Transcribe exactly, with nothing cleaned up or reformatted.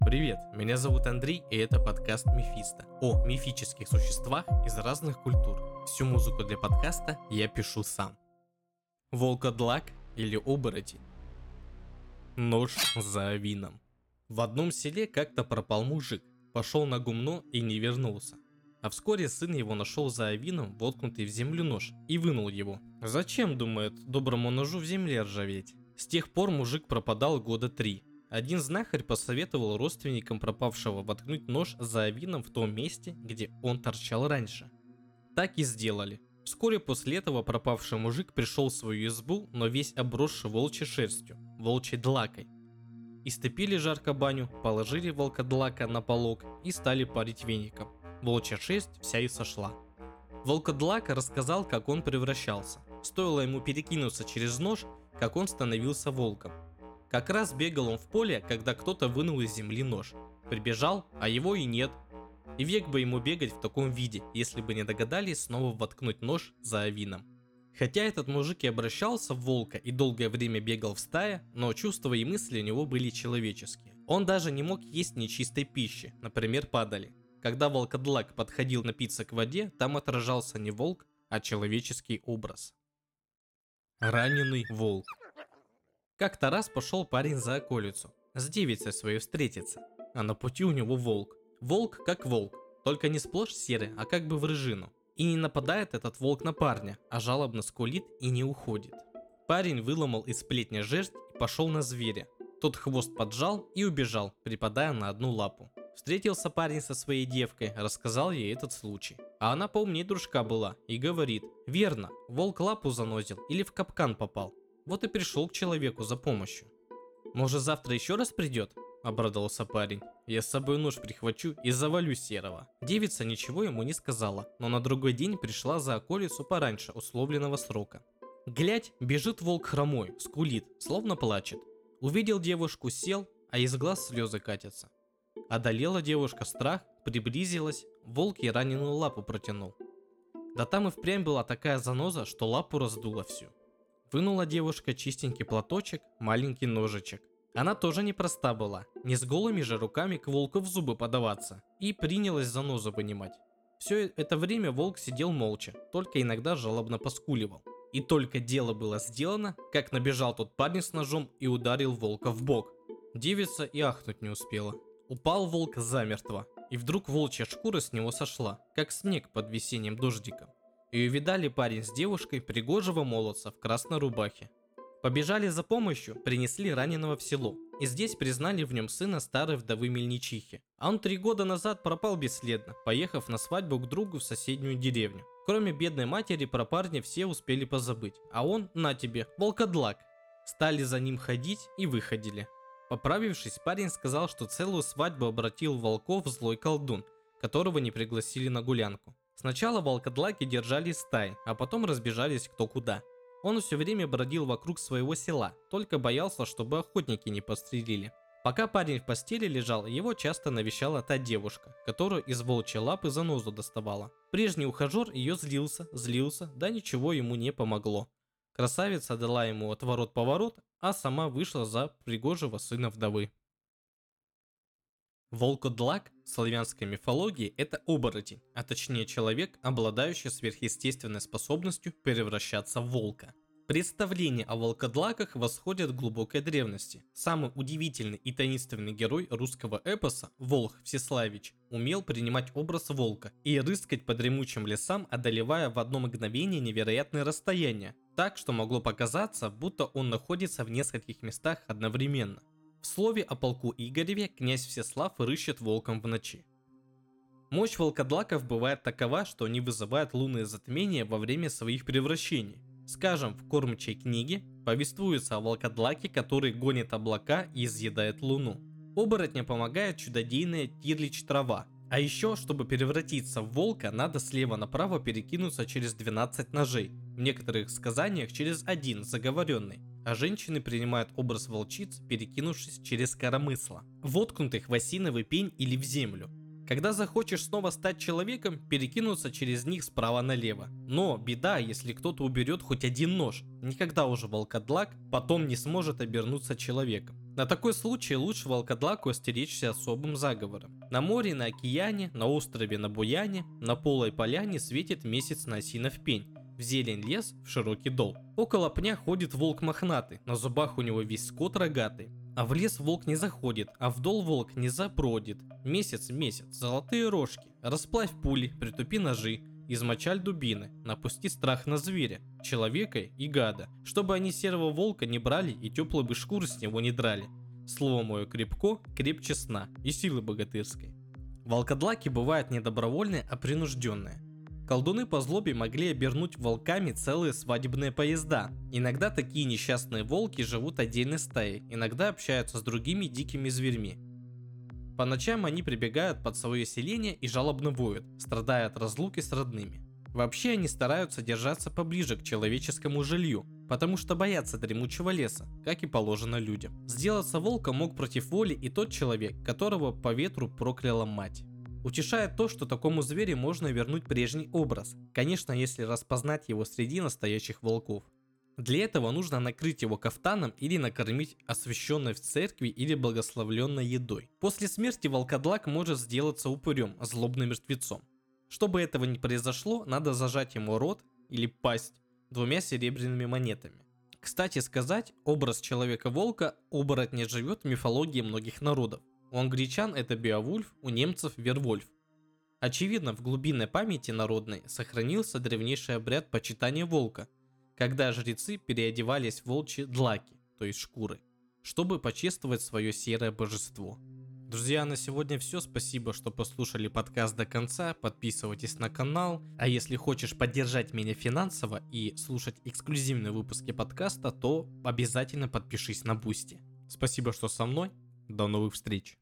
Привет, меня зовут Андрей, и это подкаст Мефисто о мифических существах из разных культур. Всю музыку для подкаста я пишу сам. Волкодлак или оборотень. Нож за авином. В одном селе как-то пропал мужик, пошел на гумно и не вернулся. А вскоре сын его нашел за авином воткнутый в землю нож и вынул его. Зачем, думает, доброму ножу в земле ржаветь? С тех пор мужик пропадал года три. Один знахарь посоветовал родственникам пропавшего воткнуть нож за авином в том месте, где он торчал раньше. Так и сделали. Вскоре после этого пропавший мужик пришел в свою избу, но весь обросший волчьей шерстью, волчьей длакой. Истопили жарко баню, положили волкодлака на полог и стали парить веником. Волчья шерсть вся и сошла. Волкодлак рассказал, как он превращался. Стоило ему перекинуться через нож, как он становился волком. Как раз бегал он в поле, когда кто-то вынул из земли нож. Прибежал, а его и нет. И век бы ему бегать в таком виде, если бы не догадались снова воткнуть нож за авином. Хотя этот мужик и обращался в волка и долгое время бегал в стае, но чувства и мысли у него были человеческие. Он даже не мог есть нечистой пищи, например, падали. Когда волкодлак подходил напиться к воде, там отражался не волк, а человеческий образ. Раненый волк. Как-то раз пошел парень за околицу, с девицей своей встретиться, а на пути у него волк. Волк как волк, только не сплошь серый, а как бы в рыжину. И не нападает этот волк на парня, а жалобно скулит и не уходит. Парень выломал из плетня жерсть и пошел на зверя. Тот хвост поджал и убежал, припадая на одну лапу. Встретился парень со своей девкой, рассказал ей этот случай. А она поумнее дружка была и говорит: верно, волк лапу занозил или в капкан попал. Вот и пришел к человеку за помощью. Может, завтра еще раз придет? Обрадовался парень. Я с собой нож прихвачу и завалю серого. Девица ничего ему не сказала, но на другой день пришла за околицу пораньше условленного срока. Глядь, бежит волк хромой, скулит, словно плачет. Увидел девушку, сел, а из глаз слезы катятся. Одолела девушка страх, приблизилась, волк ей раненую лапу протянул. Да там и впрямь была такая заноза, что лапу раздула всю. Вынула девушка чистенький платочек, маленький ножичек. Она тоже непроста была, не с голыми же руками к волку в зубы подаваться, и принялась занозу вынимать. Все это время волк сидел молча, только иногда жалобно поскуливал. И только дело было сделано, как набежал тот парень с ножом и ударил волка в бок. Девица и ахнуть не успела. Упал волк замертво, и вдруг волчья шкура с него сошла, как снег под весенним дождиком. И увидали парень с девушкой пригожего молодца в красной рубахе. Побежали за помощью, принесли раненого в село. И здесь признали в нем сына старой вдовы мельничихи. А он три года назад пропал бесследно, поехав на свадьбу к другу в соседнюю деревню. Кроме бедной матери, про парня все успели позабыть. А он, на тебе, волкодлак. Стали за ним ходить и выходили. Поправившись, парень сказал, что целую свадьбу обратил в волков злой колдун, которого не пригласили на гулянку. Сначала волкодлаки держались стаи, а потом разбежались кто куда. Он все время бродил вокруг своего села, только боялся, чтобы охотники не подстрелили. Пока парень в постели лежал, его часто навещала та девушка, которую из волчьей лапы занозу доставала. Прежний ухажер ее злился, злился, да ничего ему не помогло. Красавица дала ему отворот-поворот, а сама вышла за пригожего сына вдовы. Волкодлак в славянской мифологии – это оборотень, а точнее человек, обладающий сверхъестественной способностью превращаться в волка. Представления о волкодлаках восходят к глубокой древности. Самый удивительный и таинственный герой русского эпоса, Волх Всеславич, умел принимать образ волка и рыскать по дремучим лесам, одолевая в одно мгновение невероятные расстояния, так что могло показаться, будто он находится в нескольких местах одновременно. В слове о полку Игореве князь Всеслав рыщет волком в ночи. Мощь волкодлаков бывает такова, что они вызывают лунные затмения во время своих превращений. Скажем, в кормчей книге повествуется о волкодлаке, который гонит облака и изъедает луну. Оборотня помогает чудодейная тирлич трава. А еще, чтобы превратиться в волка, надо слева направо перекинуться через двенадцать ножей. В некоторых сказаниях через один, заговоренный. А женщины принимают образ волчиц, перекинувшись через коромысла, воткнутых в осиновый пень или в землю. Когда захочешь снова стать человеком, перекинуться через них справа налево. Но беда, если кто-то уберет хоть один нож. Никогда уже волкодлак потом не сможет обернуться человеком. На такой случай лучше волкодлаку остеречься особым заговором. На море, на океане, на острове на Буяне, на полой поляне светит месяц на осинов пень. В зелень лес, в широкий дол. Около пня ходит волк мохнатый, на зубах у него весь скот рогатый. А в лес волк не заходит, а в дол волк не запродит. Месяц, месяц, золотые рожки, расплавь пули, притупи ножи, измочаль дубины, напусти страх на зверя, человека и гада, чтобы они серого волка не брали и теплые бы шкуры с него не драли. Слово мое крепко, крепче сна и силы богатырской. Волкодлаки бывают не добровольные, а принужденные. Колдуны по злобе могли обернуть волками целые свадебные поезда. Иногда такие несчастные волки живут отдельной стаей, иногда общаются с другими дикими зверьми. По ночам они прибегают под свое селение и жалобно воют, страдая от разлуки с родными. Вообще они стараются держаться поближе к человеческому жилью, потому что боятся дремучего леса, как и положено людям. Сделаться волком мог против воли и тот человек, которого по ветру прокляла мать. Утешает то, что такому зверю можно вернуть прежний образ, конечно, если распознать его среди настоящих волков. Для этого нужно накрыть его кафтаном или накормить освященной в церкви или благословленной едой. После смерти волкодлак может сделаться упырем, злобным мертвецом. Чтобы этого не произошло, надо зажать ему рот или пасть двумя серебряными монетами. Кстати сказать, образ человека-волка оборотня живет в мифологии многих народов. У англичан это Беовульф, у немцев Вервольф. Очевидно, в глубинной памяти народной сохранился древнейший обряд почитания волка, когда жрецы переодевались в волчьи длаки, то есть шкуры, чтобы почествовать свое серое божество. Друзья, на сегодня все. Спасибо, что послушали подкаст до конца. Подписывайтесь на канал. А если хочешь поддержать меня финансово и слушать эксклюзивные выпуски подкаста, то обязательно подпишись на Бусти. Спасибо, что со мной. До новых встреч.